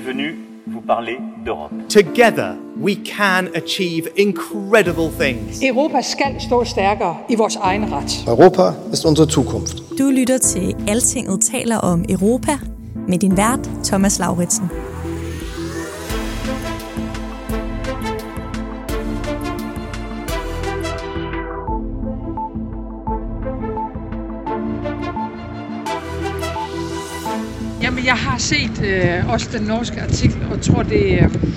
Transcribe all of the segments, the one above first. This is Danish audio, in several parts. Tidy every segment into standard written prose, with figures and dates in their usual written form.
venu vous parler d'Europe. Together we can achieve incredible things. Europa skal stå stærkere i vores egen ret. Europa ist unsere Zukunft. Du lytter til Altinget taler om Europa med din vært Thomas Lauritsen. Jamen, jeg har set også den norske artikel, og tror, det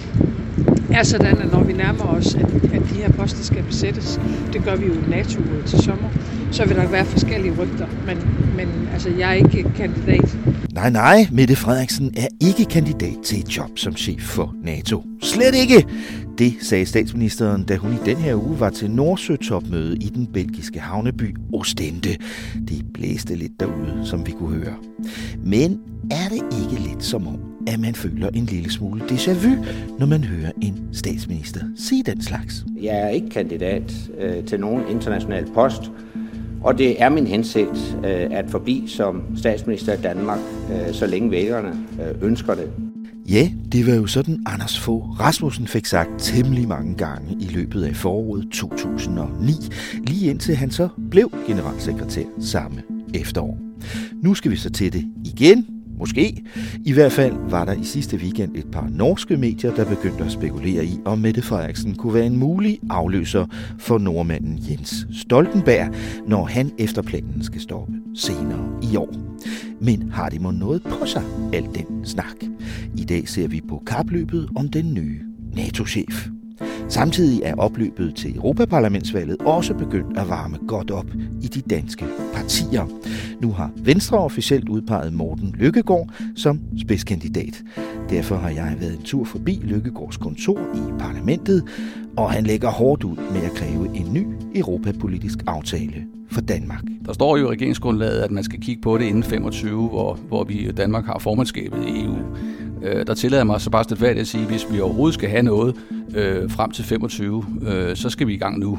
er sådan, at når vi nærmer os, at de her poster skal besættes, det gør vi jo i NATO til sommer, så vil der være forskellige rygter, men altså, jeg er ikke kandidat. Nej, Mette Frederiksen er ikke kandidat til et job som chef for NATO. Slet ikke! Det sagde statsministeren, da hun i den her uge var til Nordsø-topmøde i den belgiske havneby Ostende. Det blæste lidt derude, som vi kunne høre. Men er det ikke lidt som om, at man føler en lille smule déjà vu, når man hører en statsminister sige den slags? Jeg er ikke kandidat til nogen international post, og det er min hensigt at forblive som statsminister i Danmark, så længe vælgerne ønsker det. Ja, det var jo sådan, Anders Fogh Rasmussen fik sagt temmelig mange gange i løbet af foråret 2009, lige indtil han så blev generalsekretær samme efterår. Nu skal vi så til det igen. Måske. I hvert fald var der i sidste weekend et par norske medier, der begyndte at spekulere i, om Mette Frederiksen kunne være en mulig afløser for nordmanden Jens Stoltenberg, når han efter planen skal stoppe senere i år. Men har det må noget på sig, al den snak? I dag ser vi på kapløbet om den nye NATO-chef. Samtidig er opløbet til Europaparlamentsvalget også begyndt at varme godt op i de danske partier. Nu har Venstre officielt udpeget Morten Løkkegaard som spidskandidat. Derfor har jeg været en tur forbi Løkkegaards kontor i parlamentet, og han lægger hårdt ud med at kræve en ny europapolitisk aftale for Danmark. Der står jo i regeringsgrundlaget, at man skal kigge på det inden 25, hvor vi i Danmark har formandskabet i EU. Der tillader mig så bare stilfærdigt at sige, at hvis vi overhovedet skal have noget frem til 25, så skal vi i gang nu.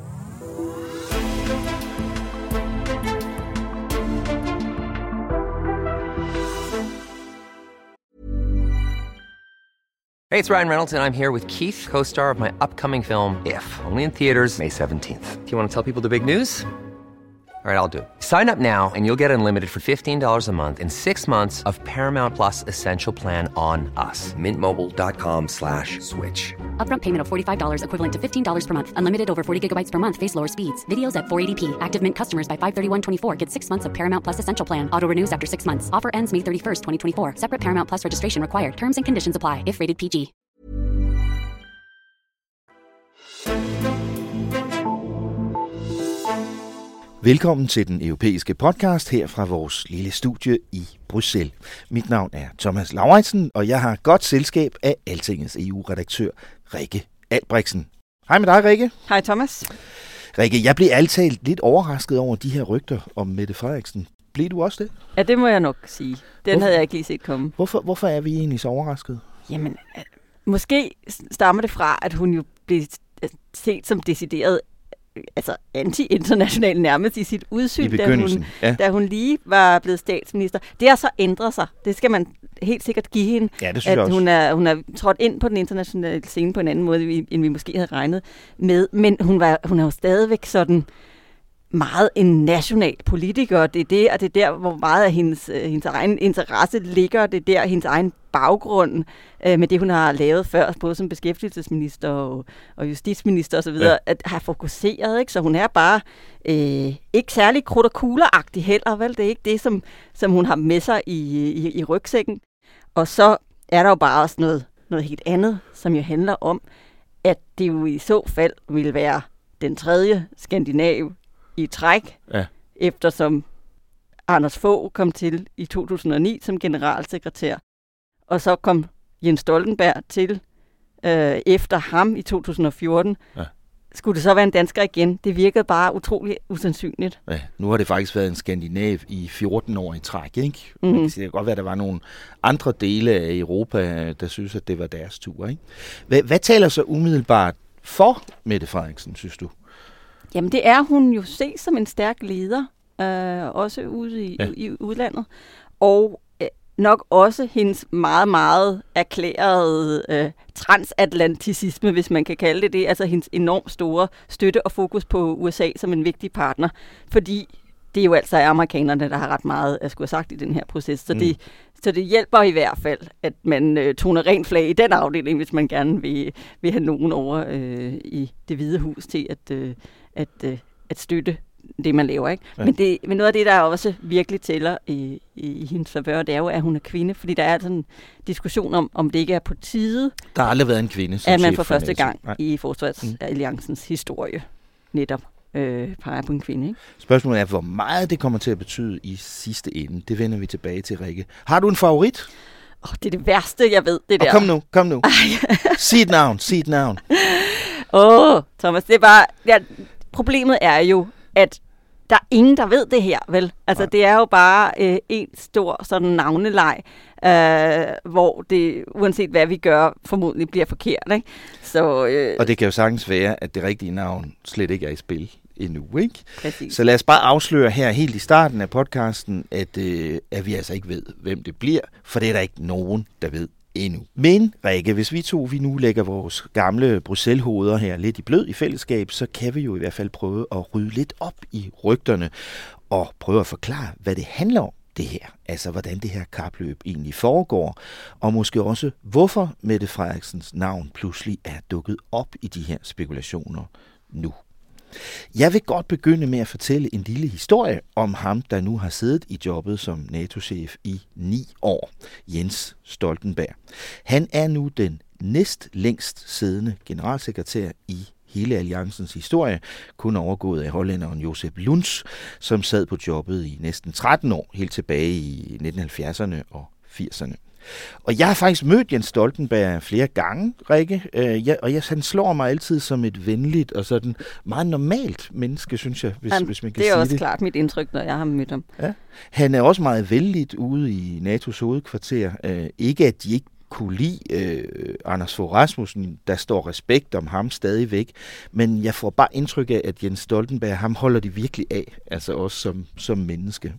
Hey, it's Ryan Reynolds, and I'm here with Keith, co-star of my upcoming film, If, only in theaters May 17th. Do you want to tell people the big news? All right, I'll do it. Sign up now and you'll get unlimited for $15 a month and 6 months of Paramount Plus Essential Plan on us. MintMobile.com/switch. Upfront payment of $45 equivalent to $15 per month. Unlimited over 40 gigabytes per month. Face lower speeds. Videos at 480p. Active Mint customers by 531.24 get 6 months of Paramount Plus Essential Plan. Auto renews after 6 months. Offer ends May 31st, 2024. Separate Paramount Plus registration required. Terms and conditions apply if rated PG. Velkommen til den europæiske podcast her fra vores lille studie i Bruxelles. Mit navn er Thomas Lauritsen, og jeg har godt selskab af Altingets EU-redaktør Rikke Albrechtsen. Hej med dig, Rikke. Hej, Thomas. Rikke, jeg blev altid lidt overrasket over de her rygter om Mette Frederiksen. Blev du også det? Ja, det må jeg nok sige. Havde jeg ikke lige set komme. Hvorfor er vi egentlig så overrasket? Jamen, måske stammer det fra, at hun jo blev set som decideret anti-international nærmest i sit udsyn, da hun lige var blevet statsminister. Det har så ændret sig. Det skal man helt sikkert give hende. Ja, det synes jeg også. Hun er trådt ind på den internationale scene på en anden måde, end vi måske havde regnet med. Men hun er jo stadigvæk sådan meget en national politiker. Det er der, hvor meget af hendes egen interesse ligger. Det er der, hendes egen baggrund med det, hun har lavet før, både som beskæftigelsesminister og justitsminister osv., at have fokuseret. Ikke? Så hun er bare ikke særlig krudt og kugler-agtig heller, vel? Det er ikke det, som hun har med sig i rygsækken. Og så er der jo bare også noget helt andet, som jo handler om, at det jo i så fald ville være den tredje skandinav i træk, eftersom Anders Fogh kom til i 2009 som generalsekretær, og så kom Jens Stoltenberg til efter ham i 2014. Ja. Skulle det så være en dansker igen? Det virkede bare utrolig usandsynligt. Ja, nu har det faktisk været en skandinav i 14 år i træk, ikke? Mm-hmm. Det kan godt være, at der var nogle andre dele af Europa, der synes, at det var deres tur, ikke? Hvad taler så umiddelbart for Mette Frederiksen, synes du? Jamen, det er hun jo set som en stærk leder, også ude i udlandet. Og nok også hendes meget, meget erklærede transatlanticisme, hvis man kan kalde det det, altså hendes enormt store støtte og fokus på USA som en vigtig partner, fordi det er jo altså amerikanerne, der har ret meget at skulle have sagt i den her proces, så det hjælper i hvert fald, at man toner rent flag i den afdeling, hvis man gerne vil have nogen over i Det Hvide Hus til at støtte det, man laver, ikke? Ja. Men noget af det, der også virkelig tæller i hendes favør, det er jo, at hun er kvinde, fordi der er sådan en diskussion om det ikke er på tide. Der har aldrig været en kvinde som at man for første gang i Forsvarsalliancens historie netop peger på en kvinde, ikke? Spørgsmålet er, hvor meget det kommer til at betyde i sidste ende. Det vender vi tilbage til, Rikke. Har du en favorit? Det er det værste, jeg ved, det der. Kom nu. Sig et navn. Thomas, det er bare... Ja, problemet er jo, at der er ingen, der ved det her, vel? Altså, det er jo bare en stor sådan navneleg, hvor det, uanset hvad vi gør, formodentlig bliver forkert, ikke? Så, og det kan jo sagtens være, at det rigtige navn slet ikke er i spil endnu, ikke? Præcis. Så lad os bare afsløre her helt i starten af podcasten, at vi altså ikke ved, hvem det bliver, for det er der ikke nogen, der ved endnu. Men, Rikke, hvis vi nu lægger vores gamle Bruxelles-hoveder her lidt i blød i fællesskab, så kan vi jo i hvert fald prøve at rydde lidt op i rygterne og prøve at forklare, hvad det handler om, det her. Altså, hvordan det her kapløb egentlig foregår, og måske også, hvorfor Mette Frederiksens navn pludselig er dukket op i de her spekulationer nu. Jeg vil godt begynde med at fortælle en lille historie om ham, der nu har siddet i jobbet som NATO-chef i 9 år, Jens Stoltenberg. Han er nu den næst længst siddende generalsekretær i hele alliancens historie, kun overgået af hollænderen Josep Luns, som sad på jobbet i næsten 13 år, helt tilbage i 1970'erne og 80'erne. Og jeg har faktisk mødt Jens Stoltenberg flere gange, Rikke, og han slår mig altid som et venligt og sådan meget normalt menneske, synes jeg, hvis man kan sige det. Det er også klart mit indtryk, når jeg har mødt ham. Ja. Han er også meget venligt ude i NATO's hovedkvarter. Ikke at de ikke kunne lide Anders Fogh Rasmussen, der står respekt om ham stadigvæk, men jeg får bare indtryk af, at Jens Stoltenberg, ham holder de virkelig af, altså også som menneske.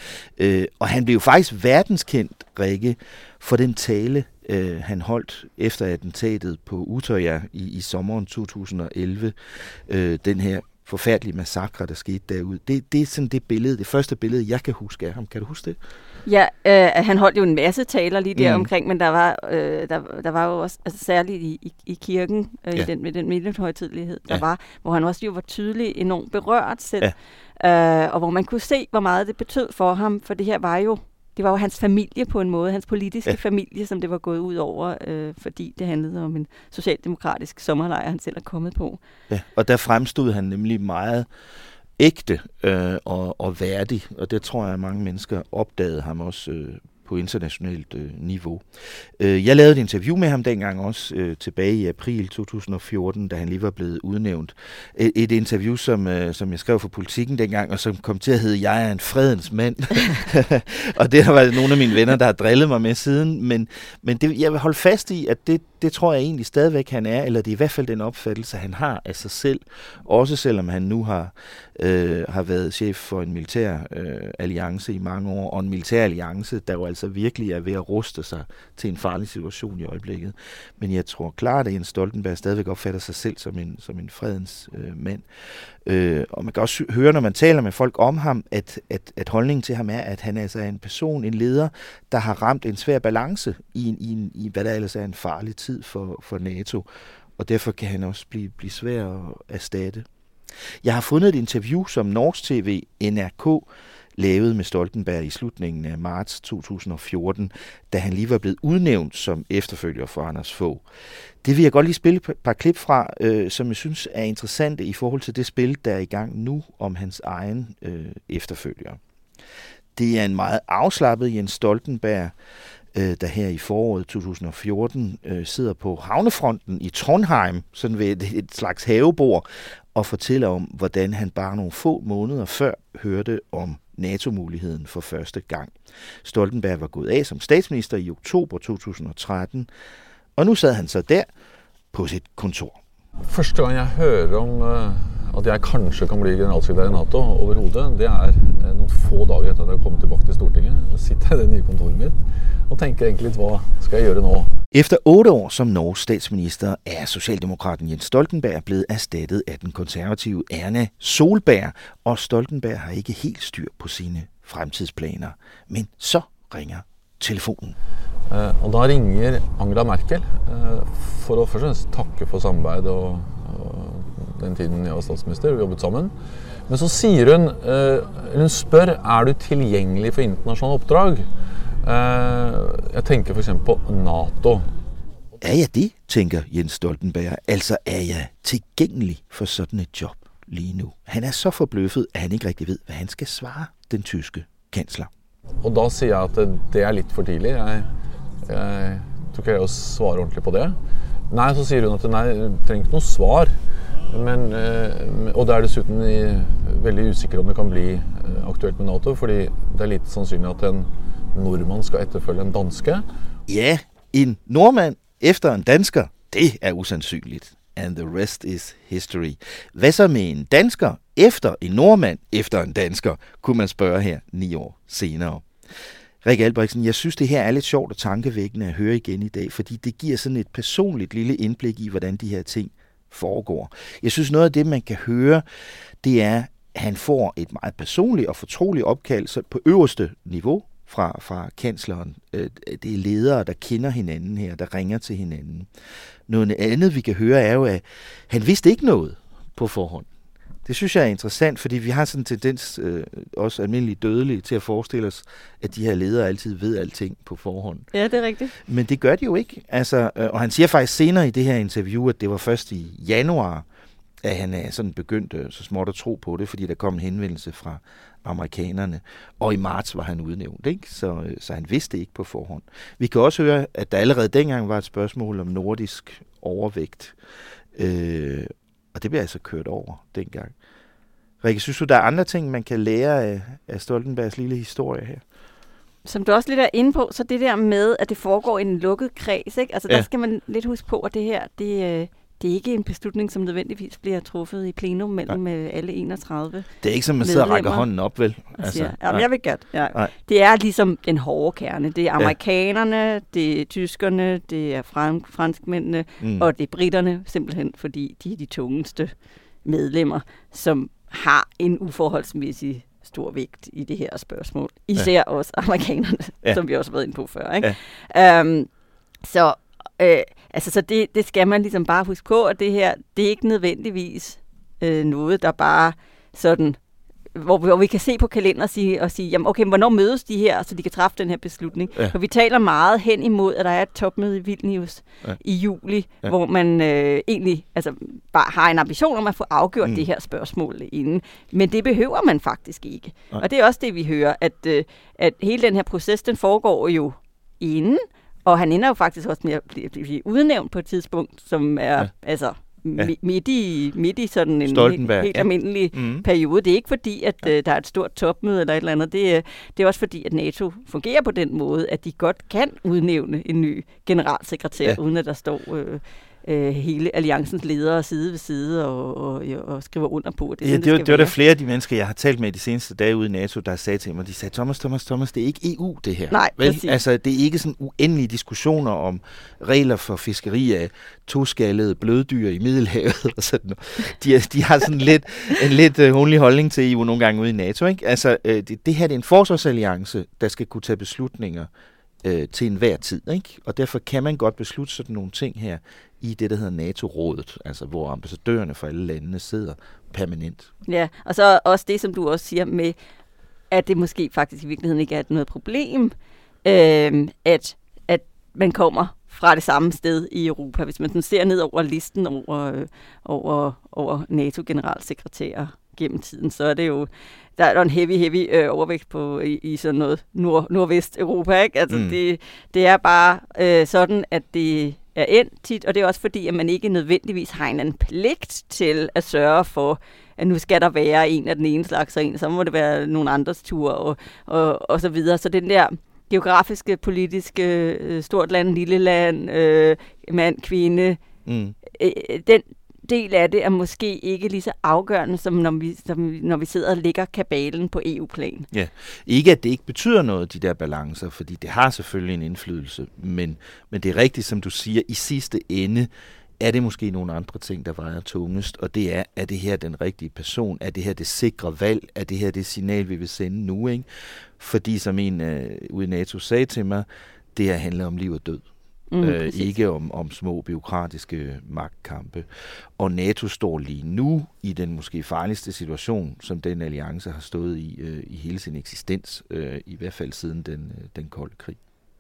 Og han blev faktisk verdenskendt, Rikke, for den tale, han holdt efter attentatet på Utøya i sommeren 2011. Den her forfærdelige massakre, der skete derude. Det er sådan det første billede, jeg kan huske af ham. Kan du huske det? Ja, han holdt jo en masse taler lige der omkring, men der var jo også, altså særligt i kirken, med den middelhøjtidelighed, der var, hvor han også jo var tydelig enormt berørt selv, og hvor man kunne se, hvor meget det betød for ham, for det her var jo hans familie på en måde, hans politiske familie, som det var gået ud over, fordi det handlede om en socialdemokratisk sommerlejr, han selv er kommet på. Ja, og der fremstod han nemlig meget ægte og værdig, og det tror jeg, at mange mennesker opdagede ham også på internationalt niveau. Jeg lavede et interview med ham dengang også, tilbage i april 2014, da han lige var blevet udnævnt. Et interview, som jeg skrev for Politikken dengang, og som kom til at hedde "Jeg er en fredens mand". Og det har været nogle af mine venner, der har drillet mig med siden, men det, jeg vil holde fast i, at det tror jeg egentlig stadigvæk, han er, eller det er i hvert fald den opfattelse, han har af sig selv, også selvom han nu har været chef for en militær alliance i mange år, og en militær alliance, der jo altså virkelig er ved at ruste sig til en farlig situation i øjeblikket. Men jeg tror klart, at Jens Stoltenberg stadigvæk opfatter sig selv som en fredens mand. Og man kan også høre, når man taler med folk om ham, at holdningen til ham er, at han altså er en person, en leder, der har ramt en svær balance i hvad der ellers er en farlig tid for NATO. Og derfor kan han også blive svær at erstatte. Jeg har fundet et interview, som Norsk TV NRK lavede med Stoltenberg i slutningen af marts 2014, da han lige var blevet udnævnt som efterfølger for Anders Fogh. Det vil jeg godt lige spille et par klip fra, som jeg synes er interessante i forhold til det spil, der er i gang nu om hans egen efterfølger. Det er en meget afslappet Jens Stoltenberg, der her i foråret 2014 sidder på havnefronten i Trondheim, sådan ved et slags havebord, og fortæller om, hvordan han bare nogle få måneder før hørte om NATO-muligheden for første gang. Stoltenberg var gået af som statsminister i oktober 2013, og nu sad han så der på sit kontor. Første gang jeg hører at jeg kanskje kan bli generalsekretær i NATO overhovedet, det nogle få dager efter at jeg er kommet tilbage til Stortinget. Så sitter jeg i det nye kontoret mitt og tænker egentlig lidt, hvad skal jeg gøre nå? Efter 8 år som Norges statsminister er socialdemokraten Jens Stoltenberg blevet erstattet af den konservative Erna Solberg, og Stoltenberg har ikke helt styr på sine fremtidsplaner. Men så ringer telefonen. Og da ringer Angela Merkel for at først og fremmest takke for samarbejdet og den tiden jeg var statsminister, vi jobbet sammen. Men så siger hun spør, du tilgjengelig for internationale opdrag? Jeg tænker for eksempel på NATO. Er jeg det, tænker Jens Stoltenberg. Altså er jeg tilgængelig for sådan et job lige nu? Han er så forbløffet, at han ikke rigtig ved, hvad han skal svare den tyske kansler. Og da siger jeg, at det er lidt for tidligt. Jeg tror ikke jeg også svarer ordentligt på det. Nej, så siger hun at nej, det trenger ikke noe svar. Men, og det er dessuten veldig usikker om det kan bli aktuelt med NATO, fordi det er litt sannsynlig at en nordmand skal efterfølge en danske. Ja, en nordmand efter en dansker, det er usandsynligt. And the rest is history. Hvad så med en dansker efter en nordmand efter en dansker, kunne man spørge her 9 år senere. Rikke Albrechtsen, jeg synes, det her er lidt sjovt og tankevækkende at høre igen i dag, fordi det giver sådan et personligt lille indblik i, hvordan de her ting foregår. Jeg synes, noget af det, man kan høre, det er, at han får et meget personligt og fortroligt opkald så på øverste niveau fra kansleren. Det er ledere, der kender hinanden her, der ringer til hinanden. Noget andet, vi kan høre, er jo, at han vidste ikke noget på forhånd. Det synes jeg er interessant, fordi vi har sådan en tendens, også almindeligt dødelige, til at forestille os, at de her ledere altid ved alting på forhånd. Ja, det er rigtigt. Men det gør de jo ikke. Altså, og han siger faktisk senere i det her interview, at det var først i januar, at han er sådan begyndt så småt at tro på det, fordi der kom en henvendelse fra amerikanerne. Og i marts var han udnævnt, ikke? Så han vidste ikke på forhånd. Vi kan også høre, at der allerede dengang var et spørgsmål om nordisk overvægt. Og det bliver altså kørt over dengang. Rikke, synes du, der er andre ting, man kan lære af Stoltenbergs lille historie her? Som du også lidt er inde på, så det der med, at det foregår i en lukket kreds, ikke? Altså der skal man lidt huske på, at det her, det er ikke en beslutning, som nødvendigvis bliver truffet i plenum mellem alle 31. Det er ikke som, man sidder og rækker hånden op, vel? Altså, jeg vil godt. Ja. Det er ligesom den hårde kerne. Det er amerikanerne, det er tyskerne, det er franskmændene, og det er britterne, simpelthen fordi de er de tungeste medlemmer, som har en uforholdsmæssig stor vægt i det her spørgsmål. Især også amerikanerne, som vi også har været inde på før. Ikke? Så det skal man ligesom bare huske på, at det her, det er ikke nødvendigvis noget, der bare sådan, hvor vi kan se på kalender og sige, jamen okay, hvornår mødes de her, så de kan træffe den her beslutning. Ja. For vi taler meget hen imod, at der er et topmøde i Vilnius i juli, hvor man egentlig altså, bare har en ambition om at få afgjort det her spørgsmål inden. Men det behøver man faktisk ikke. Og det er også det, vi hører, at hele den her proces, den foregår jo inden, og han ender jo faktisk også med at blive udnævnt på et tidspunkt, som er midt i sådan en helt almindelig periode. Det er ikke fordi, at der er et stort topmøde eller et eller andet. Det er også fordi, at NATO fungerer på den måde, at de godt kan udnævne en ny generalsekretær, uden at der står hele alliancens ledere side ved side og skriver under på. Det var der flere af de mennesker, jeg har talt med de seneste dage ude i NATO, der sagde til mig, de sagde, Thomas, det er ikke EU det her. Nej, vel? Altså, det er ikke sådan uendelige diskussioner om regler for fiskeri af toskallede bløddyr i Middelhavet og sådan noget. De har sådan en lidt hundelig holdning til EU nogle gange ude i NATO, ikke? Altså, det her det er en forsvarsalliance, der skal kunne tage beslutninger til enhver tid, ikke? Og derfor kan man godt beslutte sådan nogle ting her i det, der hedder NATO-rådet, altså hvor ambassadørerne fra alle landene sidder permanent. Ja, og så også det, som du også siger med, at det måske faktisk i virkeligheden ikke er noget problem, at man kommer fra det samme sted i Europa. Hvis man ser ned over listen over NATO-generalsekretærer gennem tiden, så er det jo, der er en heavy overvægt på i sådan noget nordvest Europa, ikke? Altså det er bare sådan, at det er endt tit, og det er også fordi, at man ikke nødvendigvis har en pligt til at sørge for, at nu skal der være en af den ene slags, og så må det være nogle andres tur, og så videre. Så den der geografiske, politiske, stort land, lille land, mand, kvinde, del af det er måske ikke lige så afgørende, som når vi sidder og lægger kabalen på EU-plan. Ja, ikke at det ikke betyder noget, de der balancer, fordi det har selvfølgelig en indflydelse, men det er rigtigt, som du siger, i sidste ende er det måske nogle andre ting, der vejer tungest, og det er det her den rigtige person? Er det her det sikre valg? Er det her det signal, vi vil sende nu? Ikke? Fordi som en ude i NATO sagde til mig, det her handler om liv og død. Ikke om små bureaukratiske magtkampe. Og NATO står lige nu i den måske farligste situation, som den alliance har stået i hele sin eksistens, i hvert fald siden den kolde krig.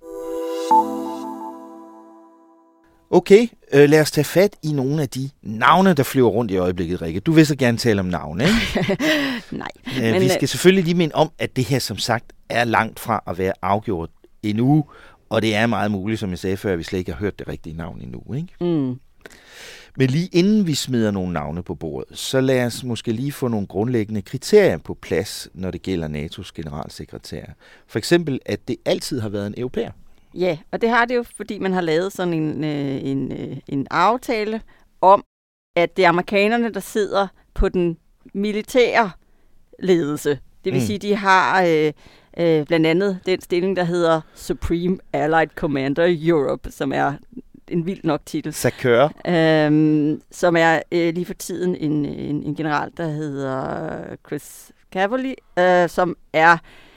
Okay, lad os tage fat i nogle af de navne, der flyver rundt i øjeblikket, Rikke. Du vil så gerne tale om navne, ikke? Nej. Vi skal selvfølgelig lige minde om, at det her som sagt er langt fra at være afgjort endnu, og det er meget muligt, som jeg sagde før, at vi slet ikke har hørt det rigtige navn endnu, ikke? Mm. Men lige inden vi smider nogle navne på bordet, så lad os måske lige få nogle grundlæggende kriterier på plads, når det gælder NATO's generalsekretær. For eksempel, at det altid har været en europæer. Ja, og det har det jo, fordi man har lavet sådan en aftale om, at det er amerikanerne, der sidder på den militære ledelse. Det vil sige, de har blandt andet den stilling, der hedder Supreme Allied Commander Europe, som er en vild nok titel. SACEUR. Som er lige for tiden en general, der hedder Chris Cavalli, som er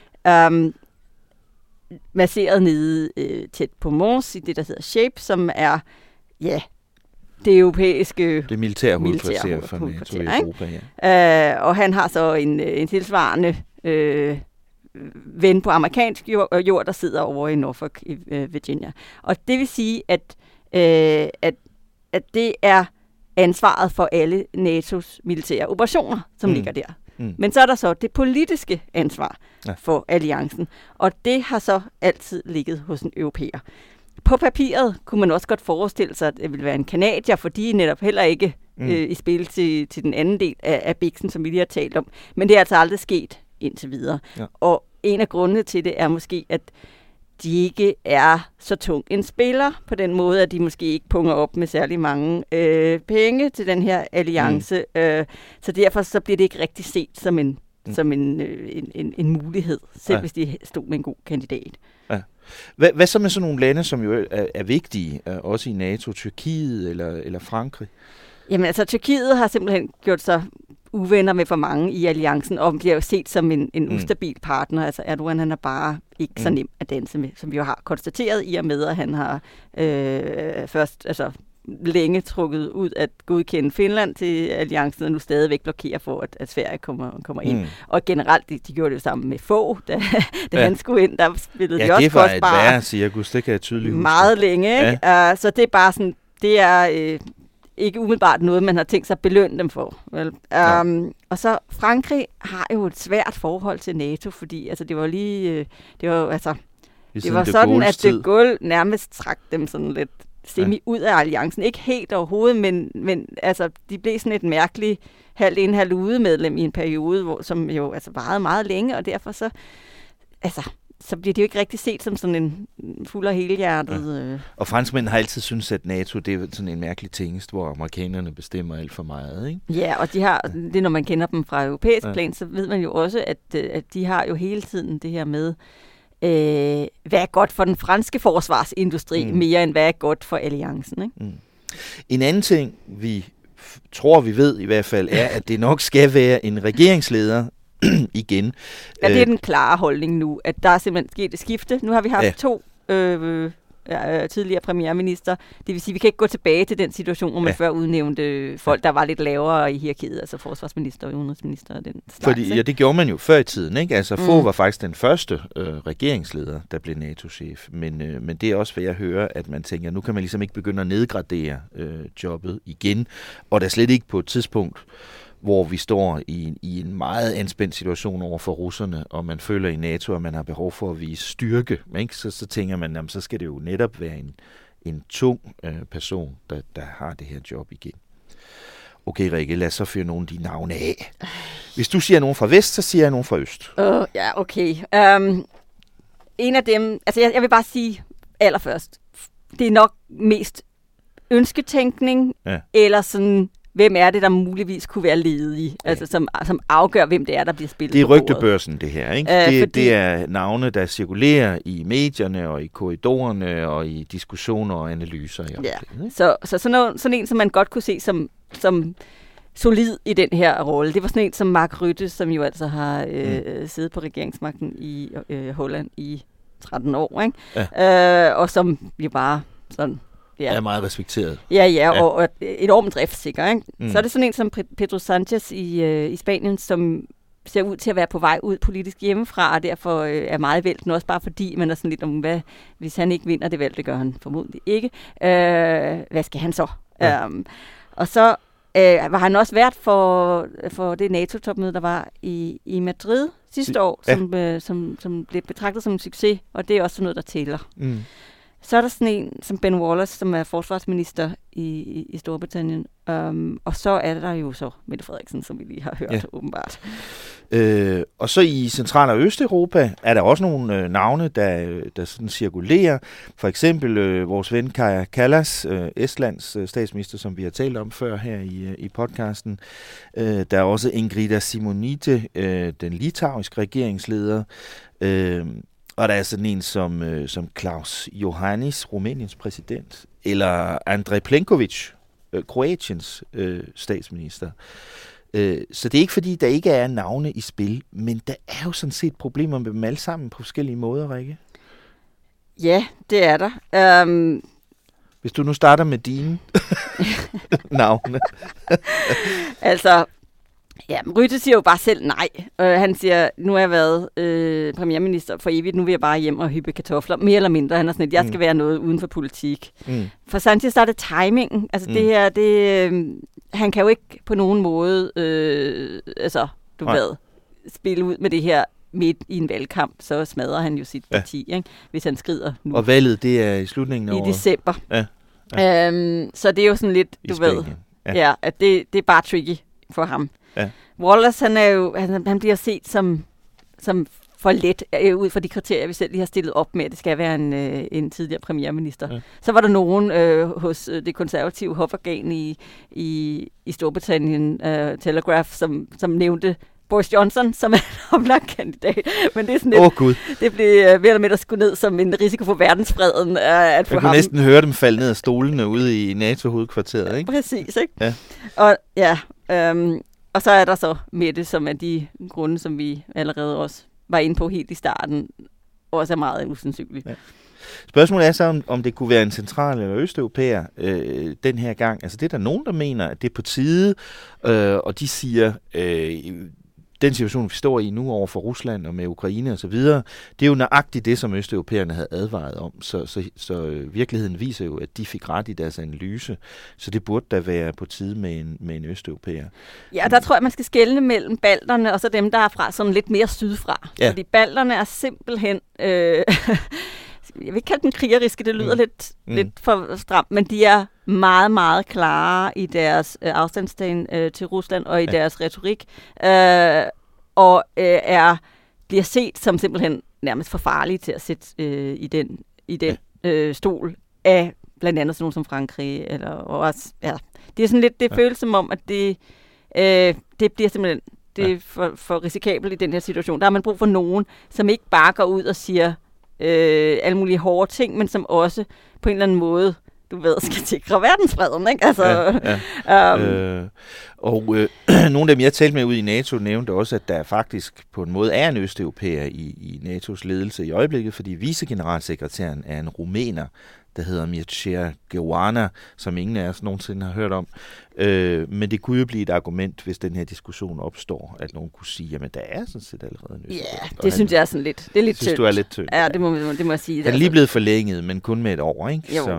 masseret nede tæt på Mons i det, der hedder SHAPE, som er, det europæiske... Det militære hovedkvarter for NATO i Europa, ja. Og han har så en tilsvarende ven på amerikansk jord, der sidder over i Norfolk i Virginia. Og det vil sige, at det er ansvaret for alle NATO's militære operationer, som ligger der. Men så er der så det politiske ansvar for alliancen, og det har så altid ligget hos en europæer. På papiret kunne man også godt forestille sig, at det ville være en kanadier, for de er netop heller ikke i spil til den anden del af biksen, som vi lige har talt om. Men det er altså aldrig sket indtil videre. Ja. Og en af grundene til det er måske, at de ikke er så tung en spiller på den måde, at de måske ikke punger op med særlig mange penge til den her alliance. Så derfor så bliver det ikke rigtig set som en mulighed, selv hvis de stod med en god kandidat. Ja. Hvad så med sådan nogle lande, som jo er vigtige, også i NATO, Tyrkiet eller Frankrig? Jamen altså, Tyrkiet har simpelthen gjort sig uvenner med for mange i alliancen, og bliver jo set som en ustabil partner. Altså Erdogan, han er bare ikke så nem at danse med, som vi jo har konstateret i og med, at han har først længe trukket ud at godkende Finland til alliancen, og nu stadigvæk blokerer for, at Sverige kommer ind. Og generelt, de gjorde det jo sammen med Fogh, da han skulle ind, der spillede de også kostbare. Ja, det var et værre cirkus, det kan jeg tydeligt huske. Meget længe, ikke? Så det er bare sådan, det er ikke umiddelbart noget, man har tænkt sig at belønne dem for. Vel? Og så Frankrig har jo et svært forhold til NATO, fordi altså, det var lige, det var sådan, at de Gaulle nærmest trak dem sådan lidt ud af alliancen. Ikke helt overhovedet, men altså, de blev sådan et mærkeligt halvt ude medlem i en periode, som jo altså varede meget længe, og derfor så bliver det jo ikke rigtig set som sådan en fuld og helhjertet... Og franskmænd har altid syntes, at NATO det er sådan en mærkelig tingest, hvor amerikanerne bestemmer alt for meget, ikke? Ja, og de har, det når man kender dem fra europæisk plan, så ved man jo også, at de har jo hele tiden det her med, hvad er godt for den franske forsvarsindustri, mere end hvad er godt for alliancen, ikke? En anden ting, vi tror, vi ved i hvert fald, er, at det nok skal være en regeringsleder, igen. Ja, det er den klare holdning nu, at der er simpelthen sket et skifte. Nu har vi haft to tidligere premierminister. Det vil sige, at vi kan ikke gå tilbage til den situation, hvor man før udnævnte folk, der var lidt lavere i hierarkiet, altså forsvarsminister og udenrigsminister og den slags. Fordi, det gjorde man jo før i tiden, ikke? Altså Fogh var faktisk den første regeringsleder, der blev NATO-chef. Men det er også, hvad jeg hører, at man tænker, nu kan man ligesom ikke begynde at nedgradere jobbet igen. Og der slet ikke på et tidspunkt, hvor vi står i en meget anspændt situation over for russerne, og man føler i NATO, at man har behov for at vise styrke, ikke? Så tænker man, jamen, så skal det jo netop være en tung person, der har det her job igen. Okay, Rikke, lad os så føre nogle af de navne af. Hvis du siger nogen fra vest, så siger jeg nogen fra øst. Ja, okay. En af dem, altså jeg vil bare sige allerførst, det er nok mest ønsketænkning, eller sådan hvem er det, der muligvis kunne være ledige, altså som afgør, hvem det er, der bliver spillet. Det er på bordet. rygtebørsen, det her, ikke? Det er navne, der cirkulerer i medierne og i korridorerne og i diskussioner og analyser. Så sådan en, som man godt kunne se som solid i den her rolle. Det var sådan en som Mark Rutte, som jo altså har siddet på regeringsmagten i Holland i 13 år, ikke? Ja. Og som jo bare sådan... Ja. Er meget respekteret. Ja, og enormt driftssikker, ikke? Så er det sådan en som Pedro Sanchez i Spanien, som ser ud til at være på vej ud politisk hjemmefra, og derfor er meget vælten, også bare fordi man er sådan lidt om, hvis han ikke vinder det valg, det gør han formodentlig ikke. Hvad skal han så? Ja. Og så var han også vært for det NATO-topmøde, der var i Madrid sidste år, som blev betragtet som en succes, og det er også sådan noget, der tæller. Så er der sådan en som Ben Wallace, som er forsvarsminister i Storbritannien. Og så er der jo så Mette Frederiksen, som vi lige har hørt, åbenbart. Og så i Central- og Østeuropa er der også nogle navne, der sådan cirkulerer. For eksempel vores ven Kaja Kallas, Estlands statsminister, som vi har talt om før her i podcasten. Der er også Ingrida Simonite, den litauiske regeringsleder. Og der er sådan en som Klaus Iohannis, Rumæniens præsident, eller Andrej Plenković, Kroatiens statsminister. Så det er ikke fordi, der ikke er navne i spil, men der er jo sådan set problemer med dem alle sammen på forskellige måder, Rikke. Ja, det er der. Hvis du nu starter med dine navne. Altså... Ja, Rutte siger jo bare selv nej. Han siger, nu har jeg været premierminister for evigt, nu vil jeg bare hjem og hyppe kartofler, mere eller mindre. Han er sådan, at jeg skal være noget uden for politik. For Sanchez, der er det timingen. Altså det her, han kan jo ikke på nogen måde, spille ud med det her midt i en valgkamp, så smadrer han jo sit parti, ikke? Hvis han skrider nu. Og valget, det er i slutningen af året? I december. Ja. Så det er jo sådan lidt, du ved, at det er bare tricky for ham. Ja. Wallace, han bliver set som for let, ud fra de kriterier, vi selv lige har stillet op med, at det skal være en tidligere premierminister. Ja. Så var der nogen hos det konservative hoforgan i Storbritannien, Telegraph, som nævnte Boris Johnson som en oplagt kandidat. Men det er sådan lidt, det blev mere eller mindre skudt ned som en risiko for verdensfreden at få ham. Man kunne næsten høre dem falde ned af stolene ude i NATO-hovedkvarteret, ikke? Præcis, ikke? Ja. Og så er der så Mette, som er de grunde, som vi allerede også var inde på helt i starten, også er meget usandsynligt. Ja. Spørgsmålet er så, om det kunne være en central- eller østeuropæer den her gang. Altså det er der nogen, der mener, at det er på tide, og de siger, den situation, vi står i nu over for Rusland og med Ukraine og så videre, det er jo nøjagtigt det, som østeuropæerne havde advaret om. Så virkeligheden viser jo, at de fik ret i deres analyse. Så det burde da være på tide med en østeuropæer. Ja, der tror jeg, man skal skelne mellem balterne og så dem, der er fra sådan lidt mere sydfra. Ja. Fordi balterne er simpelthen... jeg vil ikke kalde dem krigeriske, det lyder lidt for stramt, men de er meget, meget klare i deres afstandstagen til Rusland og i deres retorik, og bliver set som simpelthen nærmest for farlige til at sætte i den stol af blandt andet sådan nogen som Frankrig. Eller også, det er sådan lidt, det føles som om, at det bliver simpelthen for risikabelt i den her situation. Der har man brug for nogen, som ikke bare går ud og siger alle mulige hårde ting, men som også på en eller anden måde, du ved, skal sikre verdensfreden, ikke? Altså, nogle af dem, jeg talte med ud i NATO, nævnte også, at der faktisk på en måde er en østeuropæer i NATO's ledelse i øjeblikket, fordi vicegeneralsekretæren er en rumæner, der hedder Mircea Geoana, som ingen af os nogensinde har hørt om. Men det kunne jo blive et argument, hvis den her diskussion opstår, at nogen kunne sige, jamen der er sådan set allerede en østeuropæer. Ja, det synes jeg er sådan lidt, det er lidt tyndt. Du er lidt tyndt. Ja, det må jeg sige. Den er lige blevet forlænget, men kun med et år, ikke? Jo, så,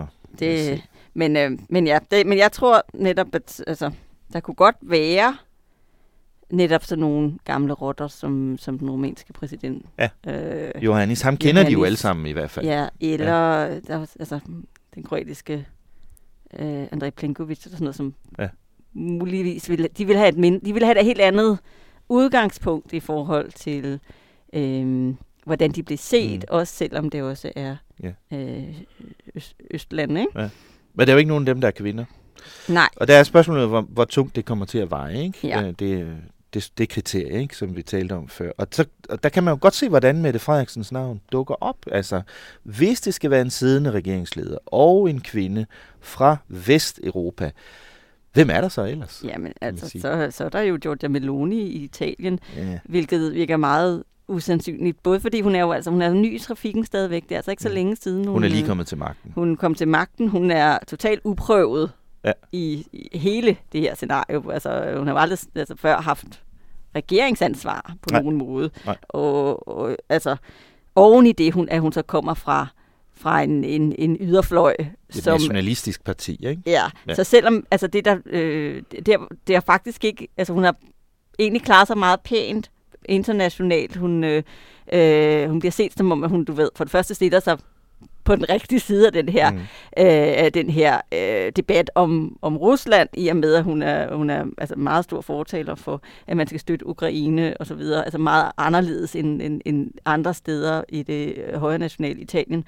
men jeg tror netop, at altså, der kunne godt være netop sådan nogle gamle rotter, som den rumænske præsident. Ja, Iohannis, ham kender de jo alle sammen i hvert fald. Ja, eller altså, den kroatiske Andrej Plenković, eller sådan noget, som muligvis de vil have et helt andet udgangspunkt i forhold til, hvordan de bliver set, også selvom det også er Østland, ikke? Ja. Men der er jo ikke nogen af dem, der er kvinder. Nej. Og der er spørgsmålet, hvor tungt det kommer til at veje, ikke? Ja. Det kriterie, ikke, som vi talte om før. Og der kan man jo godt se, hvordan Mette Frederiksens navn dukker op. Altså, hvis det skal være en siddende regeringsleder og en kvinde fra Vesteuropa, hvem er der så ellers? Jamen, altså, så er der jo Giorgia Meloni i Italien, hvilket virker meget usandsynligt. Både fordi hun er ny i trafikken stadigvæk. Det er altså ikke så længe siden. Hun er lige kommet til magten. Hun kom til magten. Hun er totalt uprøvet i hele det her scenario. Altså, hun har aldrig før haft regeringsansvar på nogen måde. Og altså, oven i det, at hun så kommer fra en yderfløj. Et nationalistisk parti, ikke? Ja, så selvom altså det er faktisk ikke, altså hun har egentlig klaret sig meget pænt internationalt. Hun bliver set som om, at hun, for det første stiller sig på den rigtige side af den her debat om Rusland, i og med, at hun er altså meget stor fortaler for, at man skal støtte Ukraine og så videre. Altså meget anderledes end andre steder i det højre nationale Italien.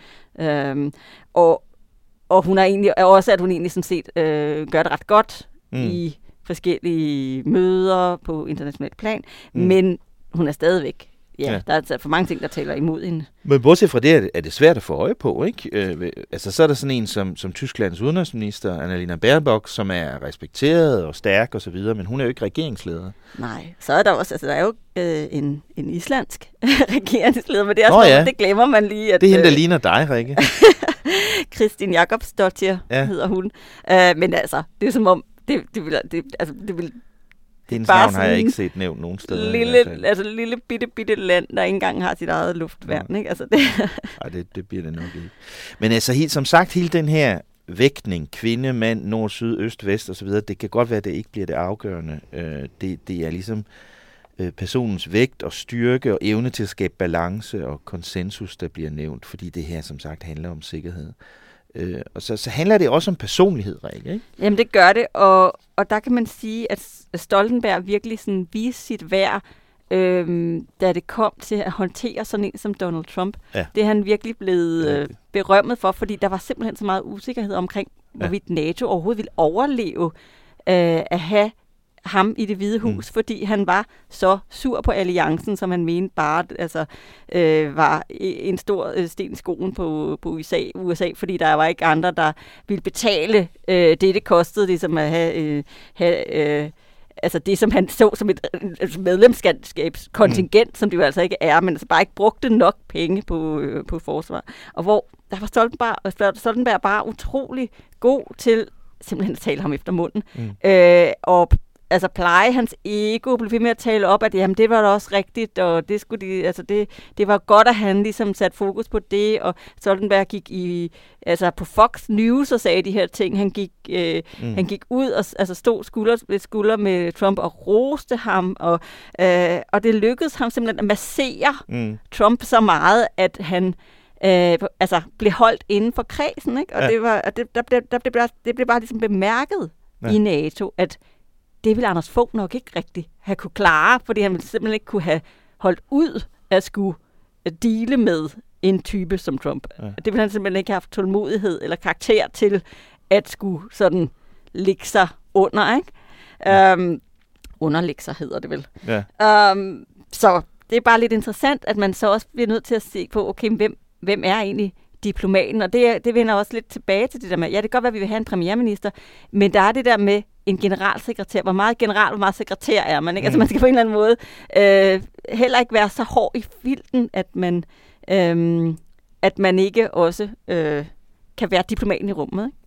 Og hun er egentlig også, at hun egentlig sådan set gør det ret godt i forskellige møder på international plan, men hun er stadigvæk. Ja, der er altså for mange ting, der taler imod hende. Men bortset fra det, er det svært at få øje på, ikke? Altså, så er der sådan en som Tysklands udenrigsminister, Annalena Baerbock, som er respekteret og stærk og så videre, men hun er jo ikke regeringsleder. Nej, så er der også, altså der er jo en islandsk regeringsleder, men det er også det glemmer man lige. At, det er hende, der ligner dig, Rikke. Kristin Jakobsdottir hedder hun. Men altså, det er som om, det vil hendes navn har jeg ikke set nævnt nogen steder. Lille bitte land, der ikke engang har sit eget luftværn, ikke? Altså, det... Ej, det bliver det nok ikke. Men altså, som sagt, hele den her vægtning, kvinde, mand, nord, syd, øst, vest osv., det kan godt være, at det ikke bliver det afgørende. Det er ligesom personens vægt og styrke og evne til at skabe balance og konsensus, der bliver nævnt, fordi det her, som sagt, handler om sikkerhed. Og så handler det også om personlighed, Rikke, ikke? Jamen, det gør det, og der kan man sige, at Stoltenberg virkelig sådan viste sit værd, da det kom til at håndtere sådan en som Donald Trump. Ja. Det er han virkelig blevet berømmet for, fordi der var simpelthen så meget usikkerhed omkring, hvorvidt NATO overhovedet ville overleve at have ham i Det Hvide Hus, fordi han var så sur på alliancen, som han mente bare var en stor sten i skoen på USA, fordi der var ikke andre, der ville betale det kostede, ligesom at have altså det, som han så som et medlemskabskontingent, som det jo altså ikke er, men altså bare ikke brugte nok penge på forsvar. Og hvor der var Stoltenberg bare utrolig god til simpelthen at tale ham efter munden. Og altså pleje hans ego, blev ved med at tale op, at jamen, det var da også rigtigt, og det skulle det var godt, at han ligesom satte fokus på det, og Stoltenberg gik på Fox News og sagde de her ting. Han gik ud og altså stod skulder ved skulder med Trump og roste ham, og det lykkedes ham simpelthen at massere Trump så meget, at han blev holdt inden for kredsen, ikke? Og det blev bare ligesom bemærket i NATO, at det ville Anders Fogh nok ikke rigtig have kunne klare, fordi han ville simpelthen ikke kunne have holdt ud at skulle deale med en type som Trump. Ja. Det ville han simpelthen ikke have haft tålmodighed eller karakter til at skulle sådan lægge sig under, ikke? Ja. Underlægge sig hedder det vel. Ja. Så det er bare lidt interessant, at man så også bliver nødt til at se på, okay, hvem er egentlig diplomaten? Og det vender også lidt tilbage til det der med, ja, det kan godt være, at vi vil have en premierminister, men der er det der med en generalsekretær. Hvor meget general, hvor meget sekretær er man, ikke? Altså man skal på en eller anden måde heller ikke være så hård i filten, at man ikke også kan være diplomaten i rummet, ikke?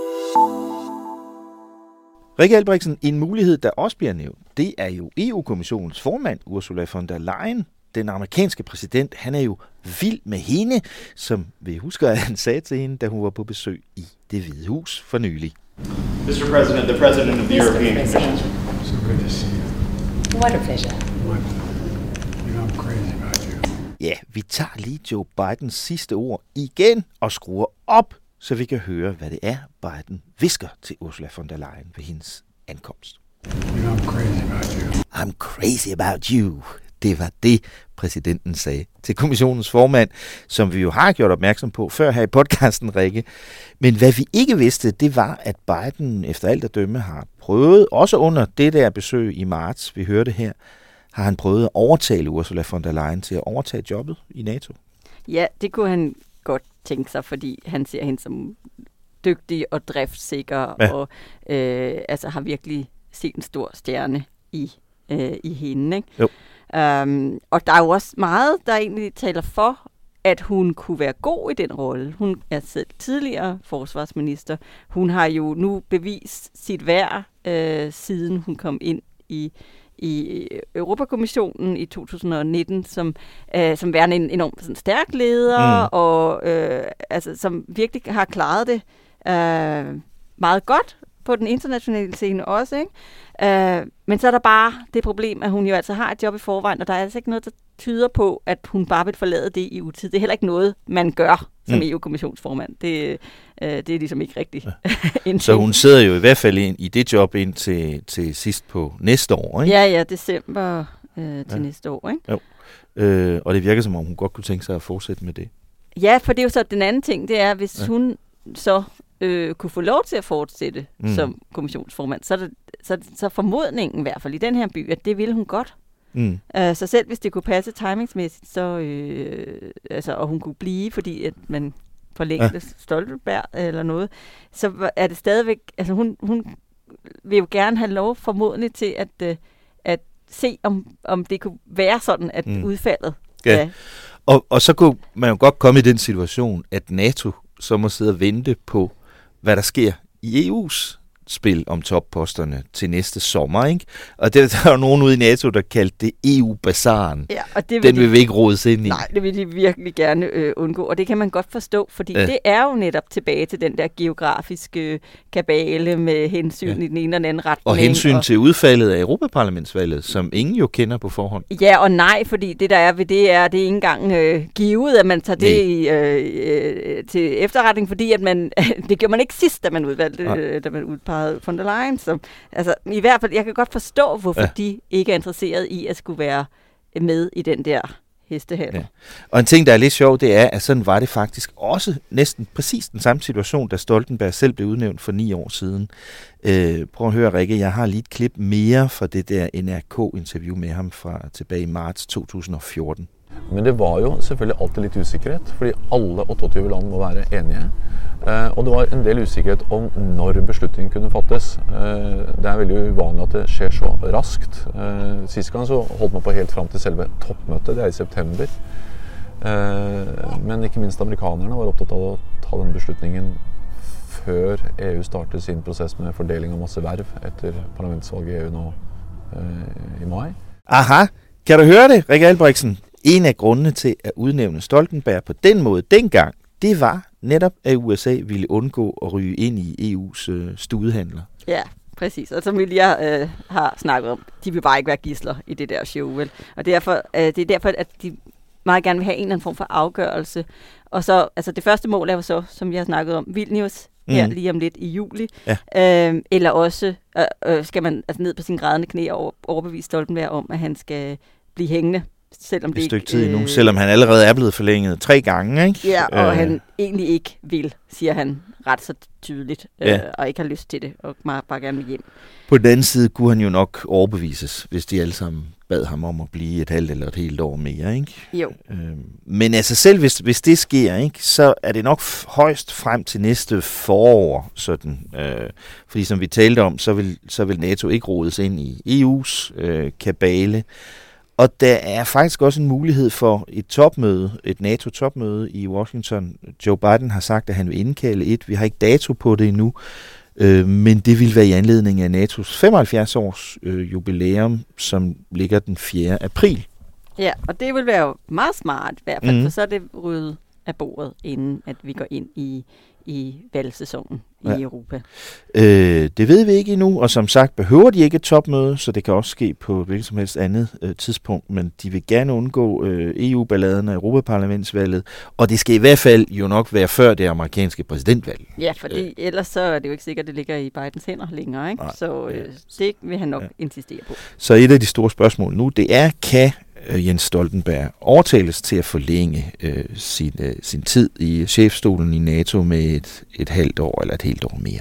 Rikke Albrechtsen, en mulighed, der også bliver nævnt, det er jo EU-kommissionens formand, Ursula von der Leyen. Den amerikanske præsident, han er jo vild med hende, som vi husker, at han sagde til hende, da hun var på besøg i Det Hvide Hus for nylig. Mr. President, the President of the European Commission. So good to see you. What a pleasure. You know I'm crazy about you. Ja, vi tager lige Joe Bidens sidste ord igen og skruer op, så vi kan høre, hvad det er, Biden visker til Ursula von der Leyen ved hendes ankomst. You know I'm crazy about you. I'm crazy about you. Det var det, præsidenten sagde til kommissionens formand, som vi jo har gjort opmærksom på før her i podcasten, Rikke. Men hvad vi ikke vidste, det var, at Biden efter alt at dømme har prøvet, også under det der besøg i marts, vi hørte her, har han prøvet at overtale Ursula von der Leyen til at overtage jobbet i NATO. Ja, det kunne han godt tænke sig, fordi han ser hende som dygtig og driftssikker, og altså har virkelig set en stor stjerne i hende, ikke? Jo. Og der er jo også meget, der egentlig taler for, at hun kunne være god i den rolle. Hun er selv tidligere forsvarsminister. Hun har jo nu bevist sit værd, siden hun kom ind i Europakommissionen i 2019, som værende en enormt sådan, stærk leder, og altså, som virkelig har klaret det meget godt på den internationale scene også, ikke? Men så er der bare det problem, at hun jo altså har et job i forvejen, og der er altså ikke noget, der tyder på, at hun bare vil forlade det i utid. Det er heller ikke noget, man gør som EU-kommissionsformand. Det er ligesom ikke rigtigt. Ja. Så hun sidder jo i hvert fald i det job ind til sidst på næste år, ikke? Ja, december til næste år, ikke? Jo. Og det virker som om, hun godt kunne tænke sig at fortsætte med det. Ja, for det er jo så den anden ting, det er, hvis hun så kunne få lov til at fortsætte som kommissionsformand, så formodningen i hvert fald i den her by, at det ville hun godt. Så selv hvis det kunne passe timingsmæssigt, så og hun kunne blive, fordi at man forlængte Stoltenberg eller noget, så er det stadigvæk, altså hun vil jo gerne have lov formodentlig til at se, om det kunne være sådan, at udfaldet. Ja. Og så kunne man jo godt komme i den situation, at NATO så må sidde og vente på, hvad der sker i EU's spil om topposterne til næste sommer, ikke? Og der er jo nogen ude i NATO, der kaldte det EU-bazaren. Ja, og det den vil vi ikke rodes ind i. Nej, det vil de virkelig gerne undgå, og det kan man godt forstå, fordi det er jo netop tilbage til den der geografiske kabale med hensyn i den ene og den anden retning. Og hensyn til udfaldet af Europaparlamentsvalget, som ingen jo kender på forhånd. Ja og nej, fordi det der er ved det er ikke engang givet, at man tager det til efterretning, fordi at det gjorde man ikke sidst, da man udvalgte, da man udpegede von der Leyen. Så, altså, i hvert fald, jeg kan godt forstå, hvorfor de ikke er interesseret i at skulle være med i den der hestehale. Ja. Og en ting, der er lidt sjov, det er, at sådan var det faktisk også næsten præcis den samme situation, da Stoltenberg selv blev udnævnt for 9 år siden. Prøv at høre, Rikke, jeg har lige et klip mere fra det der NRK-interview med ham fra tilbage i marts 2014. Men det var jo selvfølgelig alltid litt usikkerhet, fordi alle 28 land må være enige. Og det var en del usikkerhet om når beslutningen kunne fattes. Det er veldig uvanlig at det skjer så raskt. Sist gang så holdt man på helt frem til selve toppmøtet, det er i september. Men ikke minst amerikanerne var opptatt av å ta den beslutningen før EU startet sin prosess med fordeling av masse verv etter parlamentsvalget i EU nå i mai. Aha, kan du høre det, Rikke Albrechtsen? En af grundene til at udnævne Stoltenberg på den måde dengang, det var netop, at USA ville undgå at ryge ind i EU's studehandler. Ja, præcis. Og som vi lige har snakket om, de vil bare ikke være gidsler i det der show, vel? Og det er derfor, at de meget gerne vil have en eller anden form for afgørelse. Og så, altså det første mål er jo så, som vi har snakket om, Vilnius her lige om lidt i juli. Ja. Eller også skal man altså ned på sin grædende knæ og overbevise Stoltenberg om, at han skal blive hængende. Selvom det stykke tid endnu, selvom han allerede er blevet forlænget 3 gange, ikke? Ja, og han egentlig ikke vil, siger han ret så tydeligt, og ikke har lyst til det, og bare gerne vil hjem. På den anden side kunne han jo nok overbevises, hvis de alle sammen bad ham om at blive et halvt eller et helt år mere, ikke? Jo. Men altså selv hvis det sker, ikke, så er det nok højst frem til næste forår, sådan. Fordi som vi talte om, så vil NATO ikke rodes ind i EU's kabale. Og der er faktisk også en mulighed for et NATO-topmøde i Washington. Joe Biden har sagt, at han vil indkalde et. Vi har ikke dato på det endnu, men det vil være i anledning af NATO's 75-års jubilæum, som ligger den 4. april. Ja, og det vil være jo meget smart i hvert fald, for så er det ryddet af bordet, inden at vi går ind i valgsæsonen i Europa. Det ved vi ikke endnu, og som sagt behøver de ikke et topmøde, så det kan også ske på hvilket som helst andet tidspunkt, men de vil gerne undgå EU-balladen og Europaparlamentsvalget, og det skal i hvert fald jo nok være før det amerikanske præsidentvalg. Ja, fordi ellers så er det jo ikke sikkert, at det ligger i Bidens hænder længere, ikke? Så det vil han nok insistere på. Så et af de store spørgsmål nu, det er, kan Jens Stoltenberg overtales til at forlænge sin tid i chefstolen i NATO med et halvt år eller et helt år mere.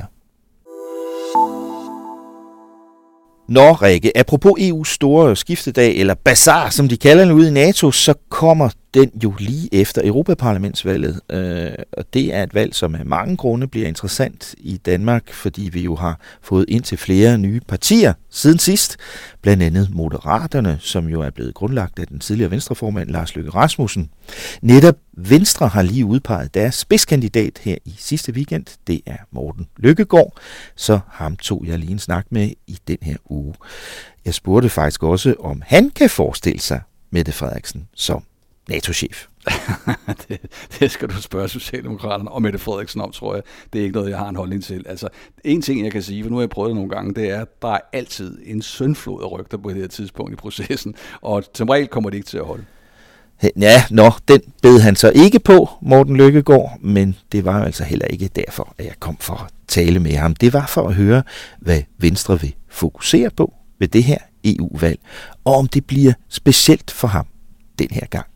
Nå, Rikke, apropos EU's store skiftedag, eller bazar, som de kalder det ude i NATO, så kommer den jo lige efter Europaparlamentsvalget. Og det er et valg, som af mange grunde bliver interessant i Danmark, fordi vi jo har fået indtil flere nye partier siden sidst. Blandt andet Moderaterne, som jo er blevet grundlagt af den tidligere venstreformand Lars Løkke Rasmussen. Netop Venstre har lige udpeget deres spidskandidat her i sidste weekend. Det er Morten Løkkegaard, så ham tog jeg lige en snak med i den her uge. Jeg spurgte faktisk også, om han kan forestille sig Mette Frederiksen som NATO-chef. det skal du spørge Socialdemokraterne og Mette Frederiksen om, tror jeg. Det er ikke noget, jeg har en holdning til. Altså, en ting, jeg kan sige, for nu har jeg prøvet det nogle gange, det er, at der er altid en syndflod af rygter på det her tidspunkt i processen, og som regel kommer det ikke til at holde. Ja, den bed han så ikke på, Morten Løkkegaard, men det var altså heller ikke derfor, at jeg kom for at tale med ham. Det var for at høre, hvad Venstre vil fokusere på ved det her EU-valg, og om det bliver specielt for ham den her gang.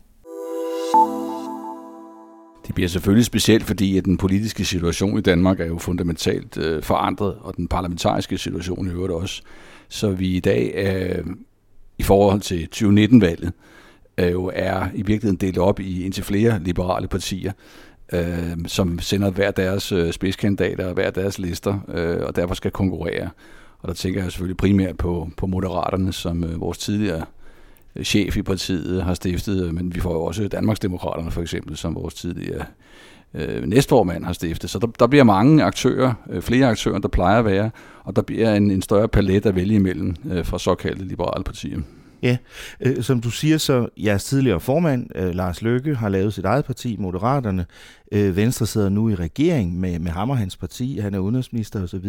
Det bliver selvfølgelig specielt, fordi at den politiske situation i Danmark er jo fundamentalt forandret, og den parlamentariske situation i øvrigt også. Så vi i dag i forhold til 2019-valget jo er i virkeligheden delt op i indtil flere liberale partier, som sender hver deres spidskandidater og hver deres lister, og derfor skal konkurrere. Og der tænker jeg selvfølgelig primært på Moderaterne, som vores tidligere chef i partiet har stiftet, men vi får jo også Danmarksdemokraterne for eksempel, som vores tidligere næstformand har stiftet. Så der bliver mange aktører, flere aktører, der plejer at være, og der bliver en større palet at vælge imellem fra såkaldte liberale partier. Ja, som du siger, så jeres tidligere formand, Lars Løkke, har lavet sit eget parti, Moderaterne. Venstre sidder nu i regering med ham og hans parti, han er udenrigsminister osv.,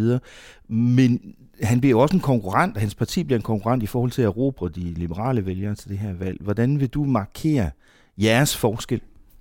men han bliver også en konkurrent, hans parti bliver en konkurrent i forhold til at erobre de liberale vælgere til det her valg. Hvordan vil du markere jeres forskel?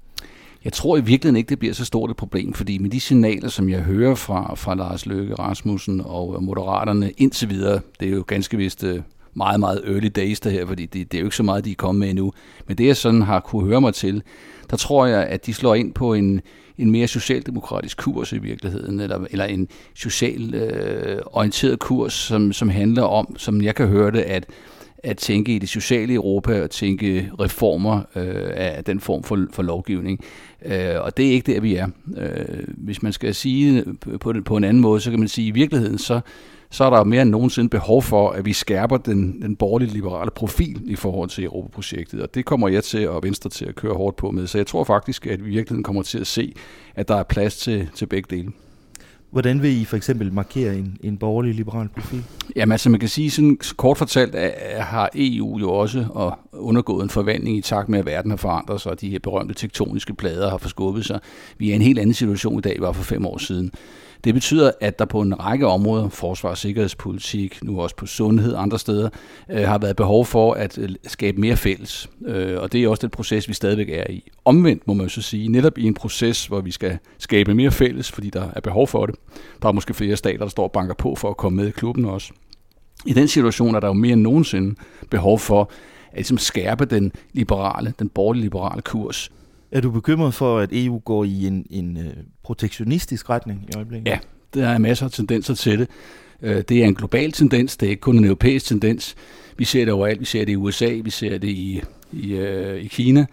Jeg tror i virkeligheden ikke, det bliver så stort et problem, fordi med de signaler, som jeg hører fra Lars Løkke Rasmussen og Moderaterne indtil videre, det er jo ganske vist meget, meget early days der her, fordi det er jo ikke så meget, de er kommet med endnu. Men det, jeg sådan har kunne høre mig til, der tror jeg, at de slår ind på en mere socialdemokratisk kurs i virkeligheden, eller en social orienteret kurs, som handler om, som jeg kan høre det, at tænke i det sociale Europa og tænke reformer af den form for lovgivning. Og det er ikke der, vi er. Hvis man skal sige på en anden måde, så kan man sige, at i virkeligheden så er der mere end nogensinde behov for, at vi skærper den borgerlige liberale profil i forhold til Europaprojektet. Og det kommer jeg til og Venstre til at køre hårdt på med. Så jeg tror faktisk, at vi i virkeligheden kommer til at se, at der er plads til begge dele. Hvordan vil I for eksempel markere en borgerlig liberal profil? Jamen altså man kan sige, sådan kort fortalt, har EU jo også undergået en forvandling i takt med, at verden har forandret sig, og de her berømte tektoniske plader har forskubbet sig. Vi er i en helt anden situation i dag, var for 5 år siden. Det betyder, at der på en række områder, forsvar og sikkerhedspolitik, nu også på sundhed og andre steder, har været behov for at skabe mere fælles. Og det er også den proces, vi stadigvæk er i. Omvendt må man så sige, netop i en proces, hvor vi skal skabe mere fælles, fordi der er behov for det. Der er måske flere stater, der står og banker på for at komme med i klubben også. I den situation er der jo mere end nogensinde behov for at ligesom skærpe den borgerlige liberale kurs. Er du bekymret for, at EU går i en protektionistisk retning i øjeblikket? Ja, der er masser af tendenser til det. Det er en global tendens, det er ikke kun en europæisk tendens. Vi ser det overalt, vi ser det i USA, vi ser det i Kina.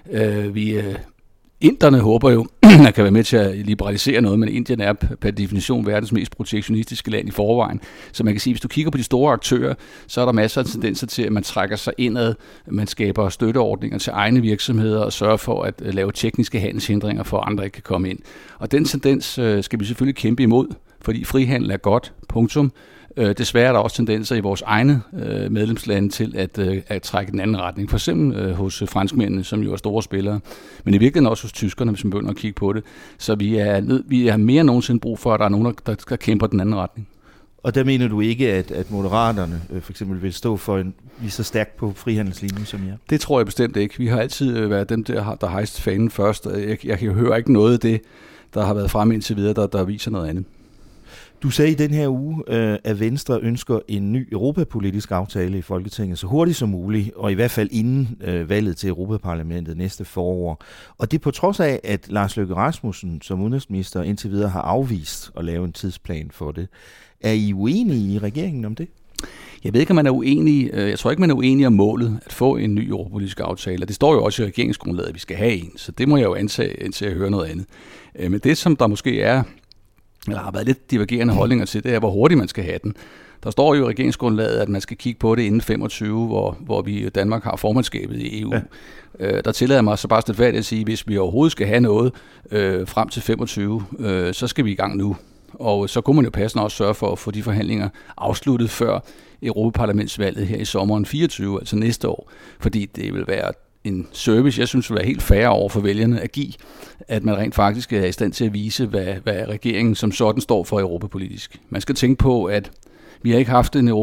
Inderne håber jo, at kan være med til at liberalisere noget, men Indien er per definition verdens mest protektionistiske land i forvejen. Så man kan sige, at hvis du kigger på de store aktører, så er der masser af tendenser til, at man trækker sig indad, man skaber støtteordninger til egne virksomheder og sørger for at lave tekniske handelshindringer, for at andre ikke kan komme ind. Og den tendens skal vi selvfølgelig kæmpe imod, fordi frihandel er godt, punktum. Desværre er der også tendenser i vores egne medlemslande til at trække den anden retning. For eksempel hos franskmændene, som jo er store spillere, men i virkeligheden også hos tyskerne, hvis man begynder at kigge på det. Så vi har mere end nogensinde brug for, at der er nogen, der kæmper den anden retning. Og der mener du ikke, at Moderaterne for eksempel vil stå for lige så stærkt på frihandelslinjen som jer? Det tror jeg bestemt ikke. Vi har altid været dem, der hejst fanen først. Jeg kan jo høre ikke noget af det, der har været fremme indtil videre, der viser noget andet. Du sagde i den her uge, at Venstre ønsker en ny europapolitisk aftale i Folketinget så hurtigt som muligt, og i hvert fald inden valget til Europaparlamentet næste forår. Og det på trods af, at Lars Løkke Rasmussen som udenrigsminister indtil videre har afvist at lave en tidsplan for det. Er I uenige i regeringen om det? Jeg ved ikke, om man er uenig. Jeg tror ikke, man er uenig om målet at få en ny europapolitisk aftale. Det står jo også i regeringsgrundlaget, at vi skal have en, så det må jeg jo antage, indtil jeg hører noget andet. Men det, som der måske er, eller har været lidt divergerende holdninger til, det er, hvor hurtigt man skal have den. Der står jo i regeringsgrundlaget, at man skal kigge på det inden 25, hvor vi i Danmark har formandskabet i EU. Ja. Der tillader mig så bare stilfærdigt at sige, at hvis vi overhovedet skal have noget frem til 25, så skal vi i gang nu. Og så kunne man jo passende også sørge for at få de forhandlinger afsluttet før Europaparlamentsvalget her i sommeren 24, altså næste år. Fordi det vil være en service, jeg synes vil være helt fair over for vælgerne at give, at man rent faktisk er i stand til at vise, hvad regeringen som sådan står for europapolitisk. Man skal tænke på, at vi har ikke haft en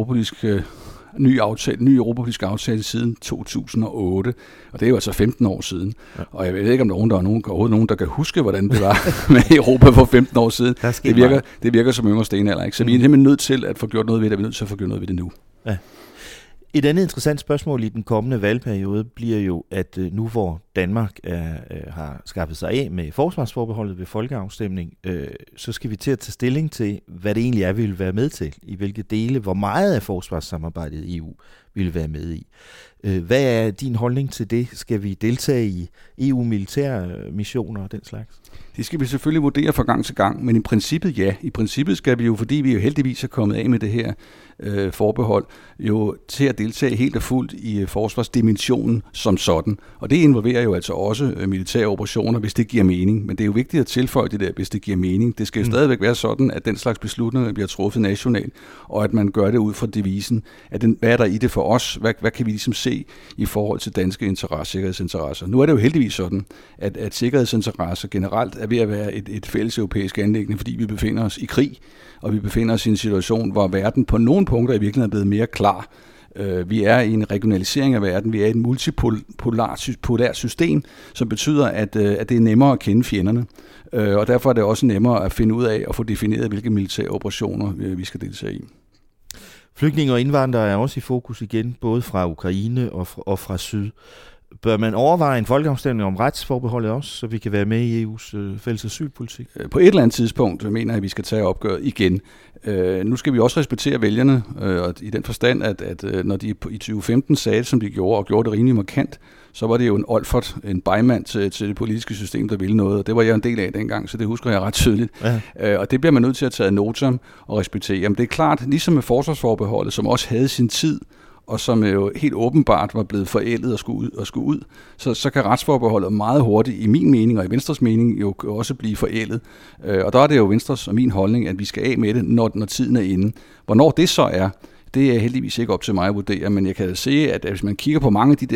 ny europapolitisk aftale siden 2008, og det er jo altså 15 år siden. Ja. Og jeg ved ikke, om der er nogen, der kan huske, hvordan det var med Europa for 15 år siden. Det virker som yngre stenalder, ikke? Så vi er simpelthen nødt til at få gjort noget ved det, og vi er nødt til at få gjort noget ved det nu. Ja. Et andet interessant spørgsmål i den kommende valgperiode bliver jo, at nu hvor Danmark har skaffet sig af med forsvarsforbeholdet ved folkeafstemning, så skal vi til at tage stilling til, hvad det egentlig er, vi vil være med til, i hvilke dele, hvor meget af forsvarssamarbejdet i EU vi vil være med i. Hvad er din holdning til det? Skal vi deltage i EU-militære missioner og den slags? Det skal vi selvfølgelig vurdere fra gang til gang, men i princippet ja. I princippet skal vi jo, fordi vi jo heldigvis er kommet af med det her forbehold, jo til at deltage helt og fuldt i forsvarsdimensionen som sådan. Og det involverer jo altså også militære operationer, hvis det giver mening. Men det er jo vigtigt at tilføje det der, hvis det giver mening. Det skal jo stadigvæk være sådan, at den slags beslutninger bliver truffet nationalt, og at man gør det ud fra devisen, at hvad er der i det for os? Hvad kan vi ligesom se i forhold til danske sikkerhedsinteresser? Nu er det jo heldigvis sådan, at sikkerhedsinteresser generelt er ved at være et fælles europæisk anliggende, fordi vi befinder os i krig, og vi befinder os i en situation, hvor verden på nogle punkter i virkeligheden er blevet mere klar. Vi er i en regionalisering af verden, vi er i et multipolært system, som betyder, at det er nemmere at kende fjenderne, og derfor er det også nemmere at finde ud af og få defineret, hvilke militære operationer vi skal deltage i. Flygtninge og indvandrere er også i fokus igen, både fra Ukraine og fra syd. Bør man overveje en folkeafstemning om retsforbeholdet også, så vi kan være med i EU's fælles asylpolitik? På et eller andet tidspunkt mener jeg, at vi skal tage opgøret igen. Nu skal vi også respektere vælgerne, og i den forstand, at når de i 2015 sagde det, som de gjorde, og gjorde det rimelig markant, så var det jo en Olfert, en bejmand til det politiske system, der ville noget, og det var jeg en del af dengang, så det husker jeg ret tydeligt. Ja. Og det bliver man nødt til at tage ad notam og respektere. Men det er klart, ligesom med forsvarsforbeholdet, som også havde sin tid, og som jo helt åbenbart var blevet forældet og skulle ud, så kan retsforbeholdet meget hurtigt, i min mening og i Venstres mening, jo også blive forældet. Og der er det jo Venstres og min holdning, at vi skal af med det, når tiden er inde. Hvornår det så er, det er heldigvis ikke op til mig at vurdere, men jeg kan da se, at hvis man kigger på mange af de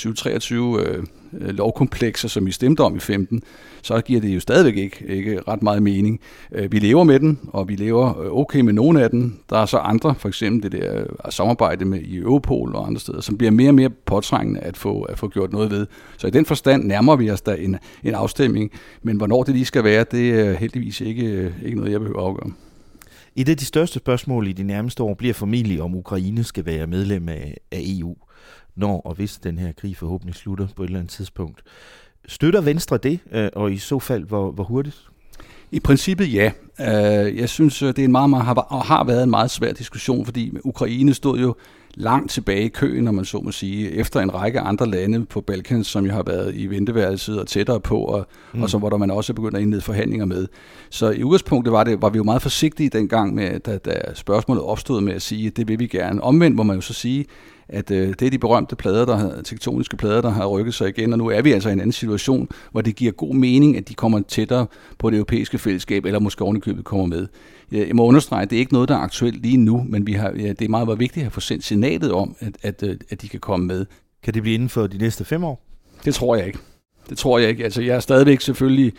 der 22-23 lovkomplekser, som vi stemte om i 15, så giver det jo stadigvæk ikke ret meget mening. Vi lever med den, og vi lever okay med nogle af den. Der er så andre, for eksempel det der samarbejde med i Europol og andre steder, som bliver mere og mere påtrængende at få gjort noget ved. Så i den forstand nærmer vi os da en afstemning, men hvornår det lige skal være, det er heldigvis ikke noget, jeg behøver at afgøre. Et af de største spørgsmål i de nærmeste år bliver formentlig, om Ukraine skal være medlem af EU, når og hvis den her krig forhåbentlig slutter på et eller andet tidspunkt. Støtter Venstre det, og i så fald hvor hurtigt? I princippet ja. Jeg synes, det er har været en meget svær diskussion, fordi Ukraine stod jo langt tilbage i køen, når man så må sige, efter en række andre lande på Balkan, som jo har været i venteværelset og tættere på, og så hvor man også er begyndt at indlede forhandlinger med. Så i udgangspunktet var vi jo meget forsigtige dengang, med, da spørgsmålet opstod med at sige, at det vil vi gerne. Omvendt må man jo så sige, at det er de berømte tektoniske plader, der har rykket sig igen, og nu er vi altså i en anden situation, hvor det giver god mening, at de kommer tættere på det europæiske fællesskab, eller måske ovenikøbet kommer med. Jeg må understrege, at det er ikke noget, der er aktuelt lige nu, men det er meget vigtigt at få sendt signalet om, at de kan komme med. Kan det blive inden for de næste 5 år? Det tror jeg ikke. Altså, jeg er stadigvæk selvfølgelig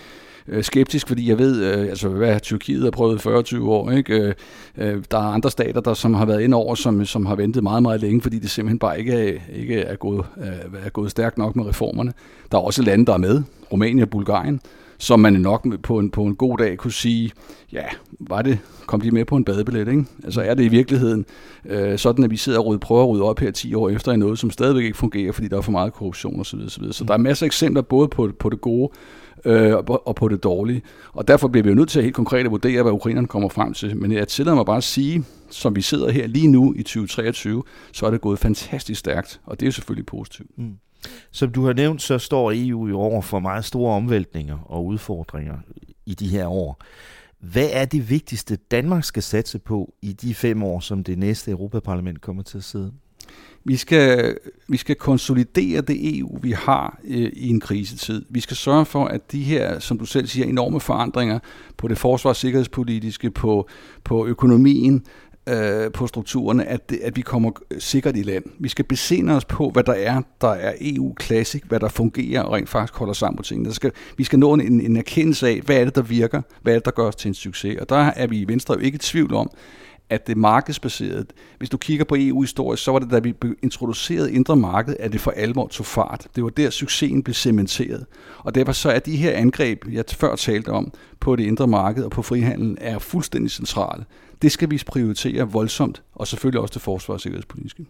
skeptisk, fordi jeg ved, hvad Tyrkiet har prøvet 40-20 år. Ikke? Der er andre stater, der som har været ind over, som har ventet meget, meget længe, fordi det simpelthen bare ikke er gået stærkt nok med reformerne. Der er også lande, der er med, Rumænien og Bulgarien, som man nok på en god dag kunne sige, ja, kom de med på en badebillet, ikke? Altså er det i virkeligheden sådan, at vi sidder og prøver at rydde op her 10 år efter i noget, som stadigvæk ikke fungerer, fordi der er for meget korruption osv. Så der er masser af eksempler både på det gode og på det dårlige. Og derfor bliver vi jo nødt til at helt konkret at vurdere, hvad ukrainerne kommer frem til. Men jeg tillader mig bare at sige, som vi sidder her lige nu i 2023, så er det gået fantastisk stærkt, og det er selvfølgelig positivt. Som du har nævnt, så står EU jo over for meget store omvæltninger og udfordringer i de her år. Hvad er det vigtigste, Danmark skal satse på i de 5 år, som det næste Europaparlament kommer til at sidde? Vi skal konsolidere det EU, vi har i en krisetid. Vi skal sørge for, at de her, som du selv siger, enorme forandringer på det forsvars- og sikkerhedspolitiske, på økonomien, på strukturerne, at vi kommer sikkert i land. Vi skal besinde os på, hvad der er EU-klassik, hvad der fungerer og rent faktisk holder sammen på tingene. Vi skal nå en erkendelse af, hvad er det, der virker, hvad er det, der gør os til en succes. Og der er vi i Venstre jo ikke i tvivl om, at det markedsbaserede, hvis du kigger på EU-historisk, så var det, da vi introducerede indre marked, at det for alvor tog fart. Det var der, succesen blev cementeret. Og derfor så er de her angreb, jeg før talte om, på det indre marked og på frihandlen, er fuldstændig centrale. Det skal vi prioritere voldsomt, og selvfølgelig også det forsvars- og sikkerhedspolitiske.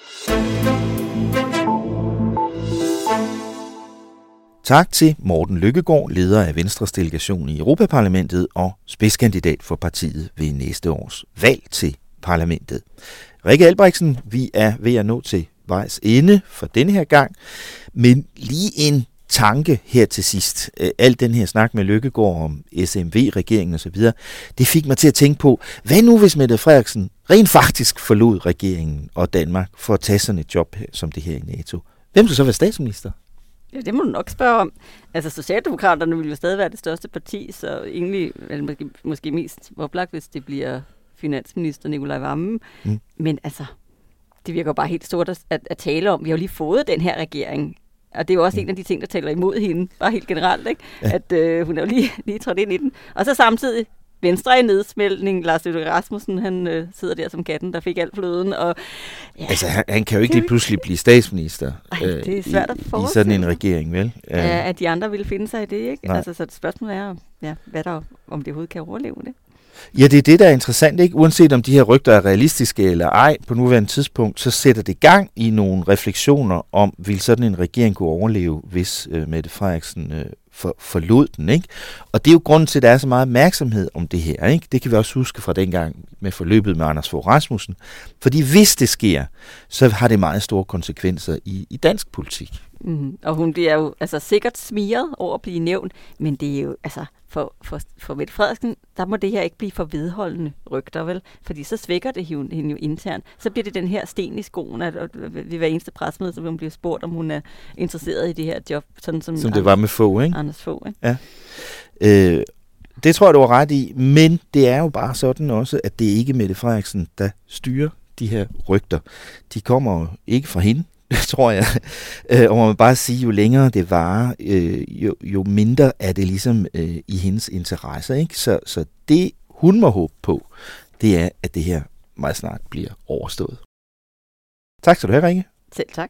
Tak til Morten Løkkegaard, leder af Venstres delegation i Europaparlamentet og spidskandidat for partiet ved næste års valg til parlamentet. Rikke Albrechtsen, vi er ved at nå til vejs ende for denne her gang, men lige en tanke her til sidst. Al den her snak med Løkkegaard om SMV-regeringen osv., det fik mig til at tænke på, hvad nu hvis Mette Frederiksen rent faktisk forlod regeringen og Danmark for at tage sådan et job som det her i NATO? Hvem skal så være statsminister? Ja, det må du nok spørge om. Altså, Socialdemokraterne vil jo stadig være det største parti, så egentlig måske mest oplagt, hvis det bliver finansminister Nicolai Wammen. Men altså, det virker bare helt stort at tale om. Vi har jo lige fået den her regering, og det er jo også en af de ting, der taler imod hende, bare helt generelt, ikke? Ja. At hun er jo lige trådt ind i den. Og så samtidig Venstre i nedsmeltning. Lars Løkke Rasmussen, han sidder der som katten, der fik alt fløden. Og, ja, altså, han kan jo ikke lige pludselig blive statsminister. Det er svært at forestille. I sådan en regering, vel? Ja, at de andre ville finde sig i det, ikke? Altså, så det spørgsmål er, ja, om det overhovedet kan overleve det. Ja, det er det, der er interessant, ikke? Uanset om de her rygter er realistiske eller ej, på nuværende tidspunkt, så sætter det gang i nogle refleksioner om, vil sådan en regering kunne overleve, hvis Mette Frederiksen forlod den, ikke? Og det er jo grunden til, at der er så meget opmærksomhed om det her, ikke? Det kan vi også huske fra dengang med forløbet med Anders Fogh Rasmussen. Fordi hvis det sker, så har det meget store konsekvenser i dansk politik. Mm-hmm. Og hun bliver jo altså sikkert smiret over at blive nævnt, men det er jo altså for Mette Frederiksen, der må det her ikke blive for vedholdende rygter, vel? Fordi så svækker det hende jo internt. Så bliver det den her sten i skoen, at ved hver eneste pressemøde, så vil hun blive spurgt, om hun er interesseret i det her job. Sådan som det var med Fogh, ikke? Anders Fogh, ikke? Ja. Det tror jeg, du har ret i, men det er jo bare sådan også, at det ikke er Mette Frederiksen, der styrer de her rygter. De kommer jo ikke fra hende. Det tror jeg. Og man må bare sige, jo længere det varer, jo mindre er det ligesom i hendes interesse, ikke? Så det, hun må håbe på, det er, at det her meget snart bliver overstået. Tak skal du have, Rikke. Selv tak.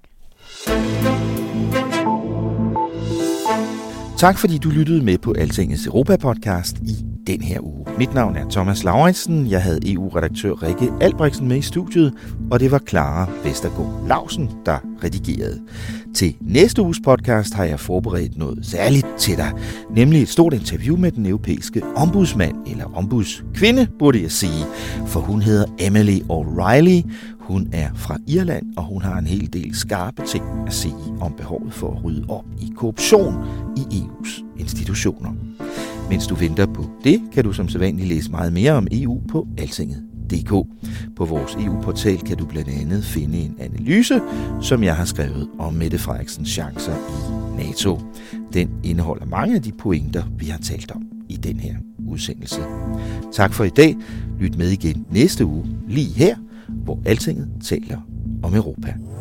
Tak fordi du lyttede med på Altingets Europa-podcast i den her uge. Mit navn er Thomas Lauritsen. Jeg havde EU-redaktør Rikke Albrechtsen med i studiet, og det var Clara Vestergaard Lausen, der redigerede. Til næste uges podcast har jeg forberedt noget særligt til dig, nemlig et stort interview med den europæiske ombudsmand, eller ombudskvinde, burde jeg sige, for hun hedder Emily O'Reilly. Hun er fra Irland, og hun har en hel del skarpe ting at sige om behovet for at rydde op i korruption i EU's institutioner. Mens du venter på det, kan du som sædvanligt læse meget mere om EU på altinget.dk. På vores EU-portal kan du blandt andet finde en analyse, som jeg har skrevet om Mette Frederiksens chancer i NATO. Den indeholder mange af de pointer, vi har talt om i den her udsendelse. Tak for i dag. Lyt med igen næste uge, lige her, hvor Altinget taler om Europa.